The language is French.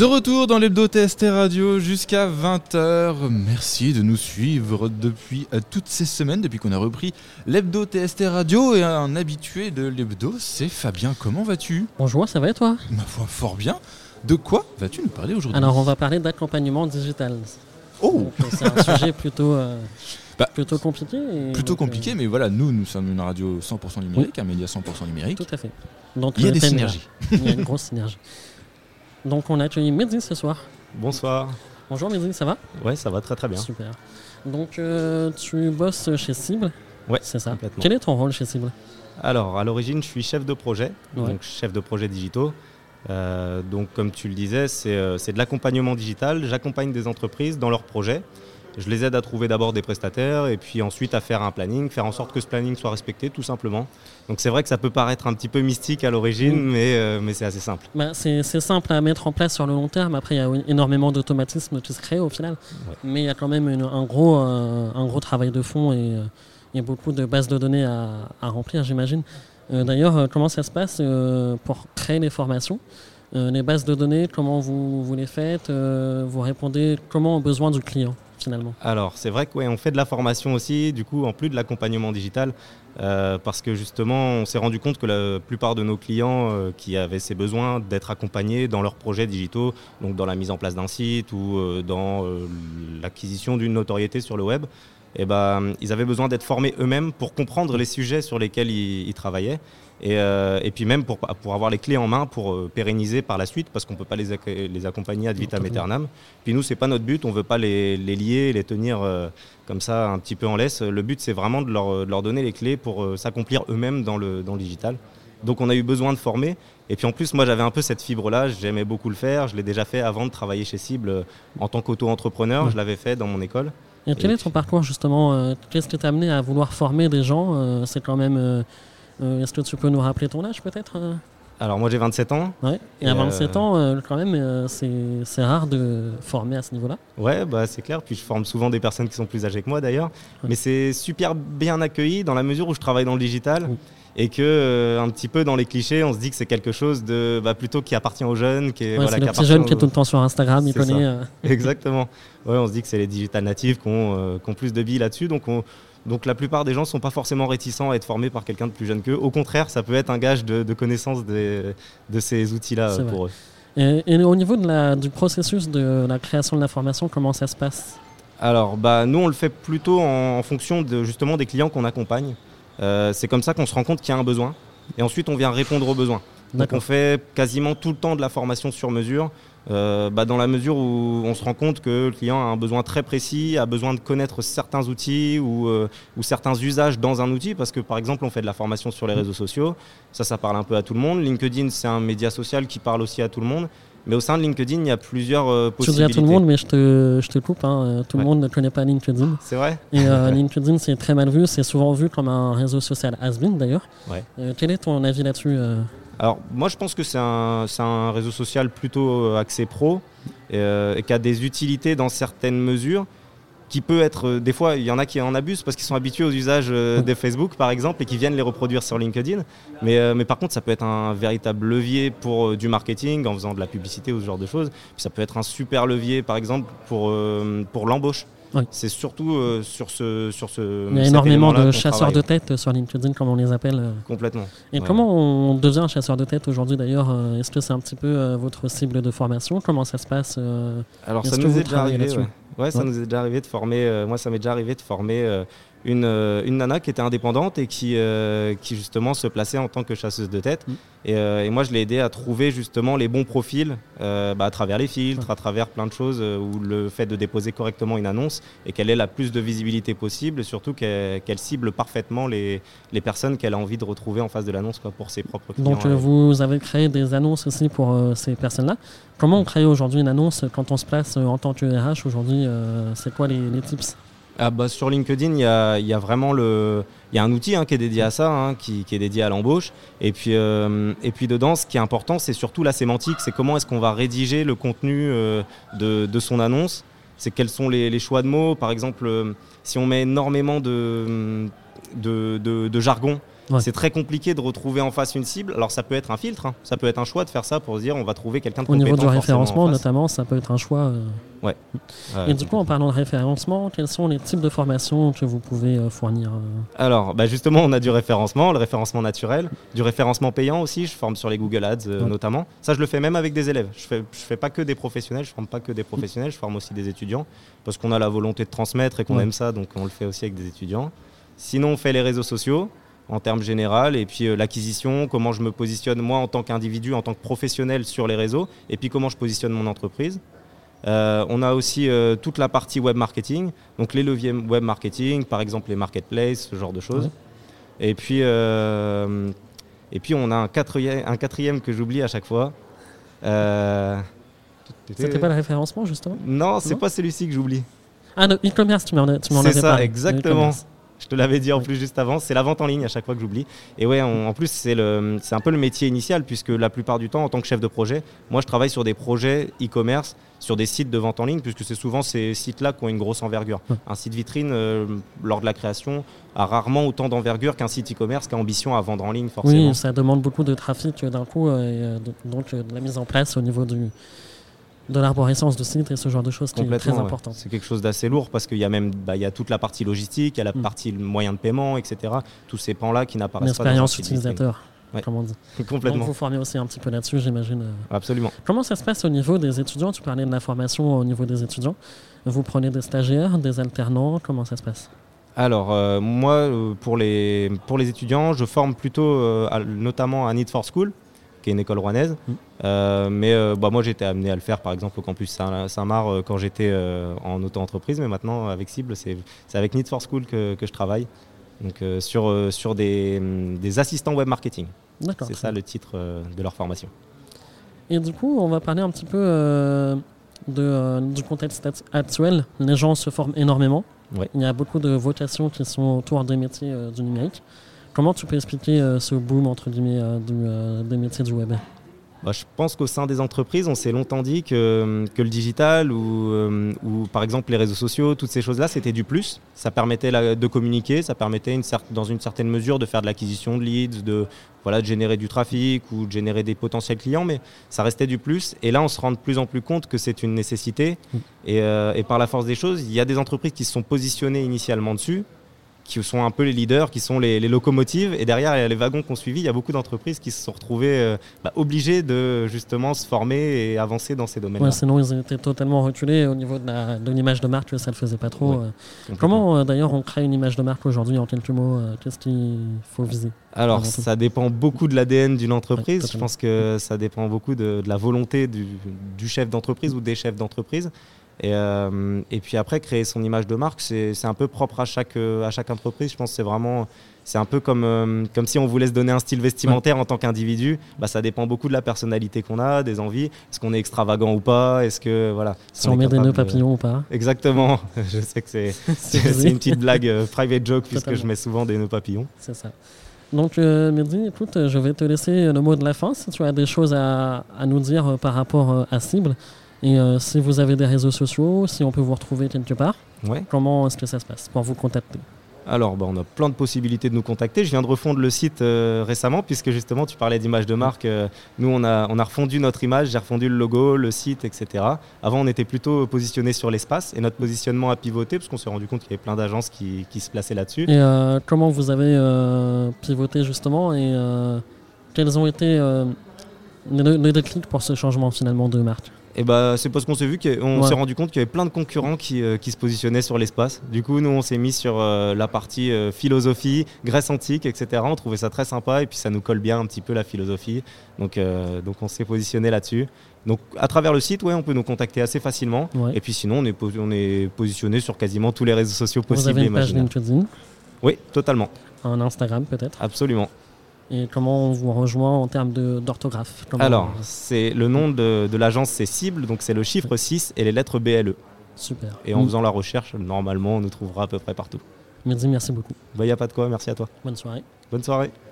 De retour dans l'hebdo TST Radio jusqu'à 20h. Merci de nous suivre depuis toutes ces semaines, depuis qu'on a repris l'hebdo TST Radio. Et un habitué de l'hebdo, c'est Fabien. Comment vas-tu ? Bonjour, ça va et toi ? Ma foi, fort bien. De quoi vas-tu nous parler aujourd'hui ? Alors, on va parler d'accompagnement digital. Oh ! Donc, c'est un sujet plutôt compliqué. Plutôt compliqué, mais voilà, nous sommes une radio 100% numérique, un média 100% numérique. Tout à fait. Donc, il y a des synergies. Il y a une grosse synergie. Donc, on a accueilli Mehdi ce soir. Bonsoir. Bonjour Mehdi, ça va ? Ouais, ça va très très bien. Super. Donc, tu bosses chez Cible ? Ouais, c'est ça. Complètement. Quel est ton rôle chez Cible ? Alors, à l'origine, je suis chef de projet, Ouais. donc chef de projet digitaux. Donc, comme tu le disais, c'est de l'accompagnement digital. J'accompagne des entreprises dans leurs projets. Je les aide à trouver d'abord des prestataires et puis ensuite à faire un planning, faire en sorte que ce planning soit respecté, tout simplement. Donc, c'est vrai que ça peut paraître un petit peu mystique à l'origine, mais c'est assez simple. C'est simple à mettre en place sur le long terme. Après, il y a énormément d'automatismes qui se créent au final. Ouais. Mais il y a quand même un gros travail de fond et il y a beaucoup de bases de données à remplir, j'imagine. D'ailleurs, comment ça se passe pour créer les formations ? Les bases de données, comment vous les faites ? Vous répondez comment aux besoins du client finalement ? Alors, c'est vrai qu'on fait de la formation aussi, du coup, en plus de l'accompagnement digital, parce que justement, on s'est rendu compte que la plupart de nos clients qui avaient ces besoins d'être accompagnés dans leurs projets digitaux, donc dans la mise en place d'un site ou dans l'acquisition d'une notoriété sur le web, ils avaient besoin d'être formés eux-mêmes pour comprendre les sujets sur lesquels ils travaillaient et puis même pour avoir les clés en main pour pérenniser par la suite parce qu'on ne peut pas les accompagner ad vitam aeternam. Puis nous, ce n'est pas notre but, on ne veut pas les lier et les tenir comme ça un petit peu en laisse. Le but, c'est vraiment de leur donner les clés pour s'accomplir eux-mêmes dans le digital. Donc on a eu besoin de former. Et puis en plus, moi j'avais un peu cette fibre-là, j'aimais beaucoup le faire. Je l'ai déjà fait avant de travailler chez Cible en tant qu'auto-entrepreneur, Je l'avais fait dans mon école. Et quel est ton parcours justement ? Qu'est-ce qui t'a amené à vouloir former des gens ? C'est quand même... est-ce que tu peux nous rappeler ton âge peut-être ? Alors moi j'ai 27 ans. Ouais. Et à 27 ans, quand même, c'est rare de former à ce niveau-là. Ouais, c'est clair. Puis je forme souvent des personnes qui sont plus âgées que moi d'ailleurs. Ouais. Mais c'est super bien accueilli dans la mesure où je travaille dans le digital. Et que un petit peu dans les clichés, on se dit que c'est quelque chose de plutôt qui appartient aux jeunes, qui est c'est le petit jeune qui est tout le temps sur Instagram, il connaît. Exactement. Ouais, on se dit que c'est les digital natives qui ont plus de billes là-dessus, donc la plupart des gens ne sont pas forcément réticents à être formés par quelqu'un de plus jeune qu'eux. Au contraire, ça peut être un gage de connaissance de ces outils-là pour eux. Et au niveau du processus de la création de la formation, comment ça se passe ? Alors, nous, on le fait plutôt en fonction justement des clients qu'on accompagne. C'est comme ça qu'on se rend compte qu'il y a un besoin et ensuite on vient répondre aux besoins. Donc on fait quasiment tout le temps de la formation sur mesure dans la mesure où on se rend compte que le client a un besoin très précis, a besoin de connaître certains outils ou certains usages dans un outil parce que par exemple on fait de la formation sur les réseaux sociaux, ça parle un peu à tout le monde. LinkedIn c'est un média social qui parle aussi à tout le monde. Mais au sein de LinkedIn, il y a plusieurs possibilités. Je dis à tout le monde, mais je te coupe. Tout le monde ne connaît pas LinkedIn. C'est vrai ? Et LinkedIn, c'est très mal vu. C'est souvent vu comme un réseau social has-been, d'ailleurs. Ouais. Quel est ton avis là-dessus Alors, moi, je pense que c'est un réseau social plutôt axé pro et qui a des utilités dans certaines mesures. Qui peut être, des fois, il y en a qui en abusent parce qu'ils sont habitués aux usages de Facebook, par exemple, et qui viennent les reproduire sur LinkedIn. Mais par contre, ça peut être un véritable levier pour du marketing, en faisant de la publicité ou ce genre de choses. Puis ça peut être un super levier, par exemple, pour l'embauche. Oui. C'est surtout sur ce. Il y a énormément de chasseurs de tête sur LinkedIn, comme on les appelle. Complètement. Et comment on devient un chasseur de tête aujourd'hui d'ailleurs ? Est-ce que c'est un petit peu votre cible de formation ? Comment ça se passe ? Alors, ça nous est déjà arrivé. Ouais, ça nous est déjà arrivé de former. Moi, ça m'est déjà arrivé de former une nana qui était indépendante et qui justement se plaçait en tant que chasseuse de tête. Et moi, je l'ai aidé à trouver justement les bons profils à travers les filtres, à travers plein de choses, ou le fait de déposer correctement une annonce et qu'elle ait la plus de visibilité possible et surtout qu'elle cible parfaitement les personnes qu'elle a envie de retrouver en face de l'annonce pour ses propres clients. Donc vous avez créé des annonces aussi pour ces personnes-là. Comment on crée aujourd'hui une annonce quand on se place en tant que RH aujourd'hui c'est quoi les tips ? Sur LinkedIn, il y a vraiment il y a un outil qui est dédié à ça, qui est dédié à l'embauche. Et puis dedans, ce qui est important, c'est surtout la sémantique. C'est comment est-ce qu'on va rédiger le contenu de son annonce. C'est quels sont les choix de mots. Par exemple, si on met énormément de jargon, Ouais. C'est très compliqué de retrouver en face une cible. Alors ça peut être un filtre, hein. Ça peut être un choix de faire ça pour se dire on va trouver quelqu'un de Au compétent. niveau du forcément référencement, en face. notamment, ça peut être un choix. Ouais. Et du coup, en parlant de référencement, quels sont les types de formations que vous pouvez fournir Alors, justement, on a du référencement, le référencement naturel, du référencement payant aussi. Je forme sur les Google Ads notamment. Ça, je le fais même avec des élèves. Je fais pas que des professionnels, je forme pas que des professionnels, je forme aussi des étudiants parce qu'on a la volonté de transmettre et qu'on aime ça, donc on le fait aussi avec des étudiants. Sinon, on fait les réseaux sociaux en termes généraux et puis l'acquisition, comment je me positionne moi en tant qu'individu, en tant que professionnel sur les réseaux et puis comment je positionne mon entreprise. On a aussi toute la partie web marketing, donc les leviers web marketing, par exemple les marketplaces, ce genre de choses. Et puis on a un quatrième que j'oublie à chaque fois. C'était pas le référencement, justement? Non, c'est pas celui-ci que j'oublie. Ah, le e-commerce, tu m'en avais parlé. C'est ça, exactement. Je te l'avais dit en plus juste avant, c'est la vente en ligne à chaque fois que j'oublie. Et ouais, en plus, c'est un peu le métier initial, puisque la plupart du temps, en tant que chef de projet, moi je travaille sur des projets e-commerce, sur des sites de vente en ligne, puisque c'est souvent ces sites-là qui ont une grosse envergure. Un site vitrine, lors de la création, a rarement autant d'envergure qu'un site e-commerce qui a ambition à vendre en ligne, forcément. Oui, ça demande beaucoup de trafic d'un coup, et donc de la mise en place au niveau de l'arborescence de site et ce genre de choses qui est très important. C'est quelque chose d'assez lourd parce qu'il y a même y a toute la partie logistique, il y a la partie moyen de paiement, etc. Tous ces pans-là qui n'apparaissent pas dans l'expérience utilisateur, comme on dit. Complètement. Donc vous formez aussi un petit peu là-dessus, j'imagine. Absolument. Comment ça se passe au niveau des étudiants? Tu parlais de la formation au niveau des étudiants. Vous prenez des stagiaires, des alternants, comment ça se passe? Alors moi, pour les étudiants, je forme plutôt notamment à Need for School, qui est une école rouennaise. Mais moi, j'étais amené à le faire, par exemple, au campus Saint-Marc quand j'étais en auto-entreprise. Mais maintenant, avec Cible, c'est avec Need for School que je travaille. Donc, sur des assistants web marketing. D'accord. C'est ça le titre de leur formation. Et du coup, on va parler un petit peu du contexte actuel. Les gens se forment énormément. Ouais. Il y a beaucoup de vocations qui sont autour des métiers du numérique. Comment tu peux expliquer ce boom, entre guillemets, des métiers du web? Je pense qu'au sein des entreprises, on s'est longtemps dit que le digital ou par exemple les réseaux sociaux, toutes ces choses-là, c'était du plus. Ça permettait de communiquer, ça permettait dans une certaine mesure de faire de l'acquisition de leads, de générer du trafic ou de générer des potentiels clients, mais ça restait du plus. Et là, on se rend de plus en plus compte que c'est une nécessité. Et par la force des choses, il y a des entreprises qui se sont positionnées initialement dessus, qui sont un peu les leaders, qui sont les locomotives. Et derrière, il y a les wagons qui ont suivi. Il y a beaucoup d'entreprises qui se sont retrouvées obligées de justement se former et avancer dans ces domaines-là. Ouais, sinon, ils étaient totalement reculés au niveau de l'image de marque. Ça ne le faisait pas trop. Ouais, comment, d'ailleurs, on crée une image de marque aujourd'hui en quelques mots? Qu'est-ce qu'il faut viser? Alors, ça dépend beaucoup de l'ADN d'une entreprise. Je pense que ça dépend beaucoup de la volonté du chef d'entreprise ou des chefs d'entreprise. Et puis après, créer son image de marque, c'est un peu propre à chaque entreprise. Je pense que c'est un peu comme si on voulait se donner un style vestimentaire en tant qu'individu. Ça dépend beaucoup de la personnalité qu'on a, des envies. Est-ce qu'on est extravagant ou pas? Est-ce que si on met des nœuds papillons ou pas? Exactement. Je sais que c'est une petite blague private joke puisque je mets souvent des nœuds papillons. C'est ça. Donc Mehdi, écoute, je vais te laisser le mot de la fin si tu as des choses à nous dire par rapport à Cible. Et si vous avez des réseaux sociaux, si on peut vous retrouver quelque part, comment est-ce que ça se passe pour vous contacter? Alors, on a plein de possibilités de nous contacter. Je viens de refondre le site récemment, puisque justement, tu parlais d'image de marque. Nous, on a refondu notre image, j'ai refondu le logo, le site, etc. Avant, on était plutôt positionné sur l'espace et notre positionnement a pivoté, parce qu'on s'est rendu compte qu'il y avait plein d'agences qui se plaçaient là-dessus. Et comment vous avez pivoté justement et quels ont été les déclics pour ce changement finalement de marque? Et c'est parce qu'on s'est s'est rendu compte qu'il y avait plein de concurrents qui se positionnaient sur l'espace. Du coup, nous, on s'est mis sur la partie philosophie, Grèce antique, etc. On trouvait ça très sympa et puis ça nous colle bien un petit peu la philosophie. Donc on s'est positionné là-dessus. Donc à travers le site, on peut nous contacter assez facilement. Et puis sinon, on est positionné sur quasiment tous les réseaux sociaux possibles et imaginables. Vous avez une page LinkedIn? Oui, totalement. Un Instagram peut-être? Absolument. Et comment on vous rejoint en termes d'orthographe? Alors, le nom de l'agence, c'est Cible, donc c'est le chiffre 6 et les lettres BLE. Super. Et en faisant la recherche, normalement, on nous trouvera à peu près partout. Merci beaucoup. Il n'y a pas de quoi, merci à toi. Bonne soirée. Bonne soirée.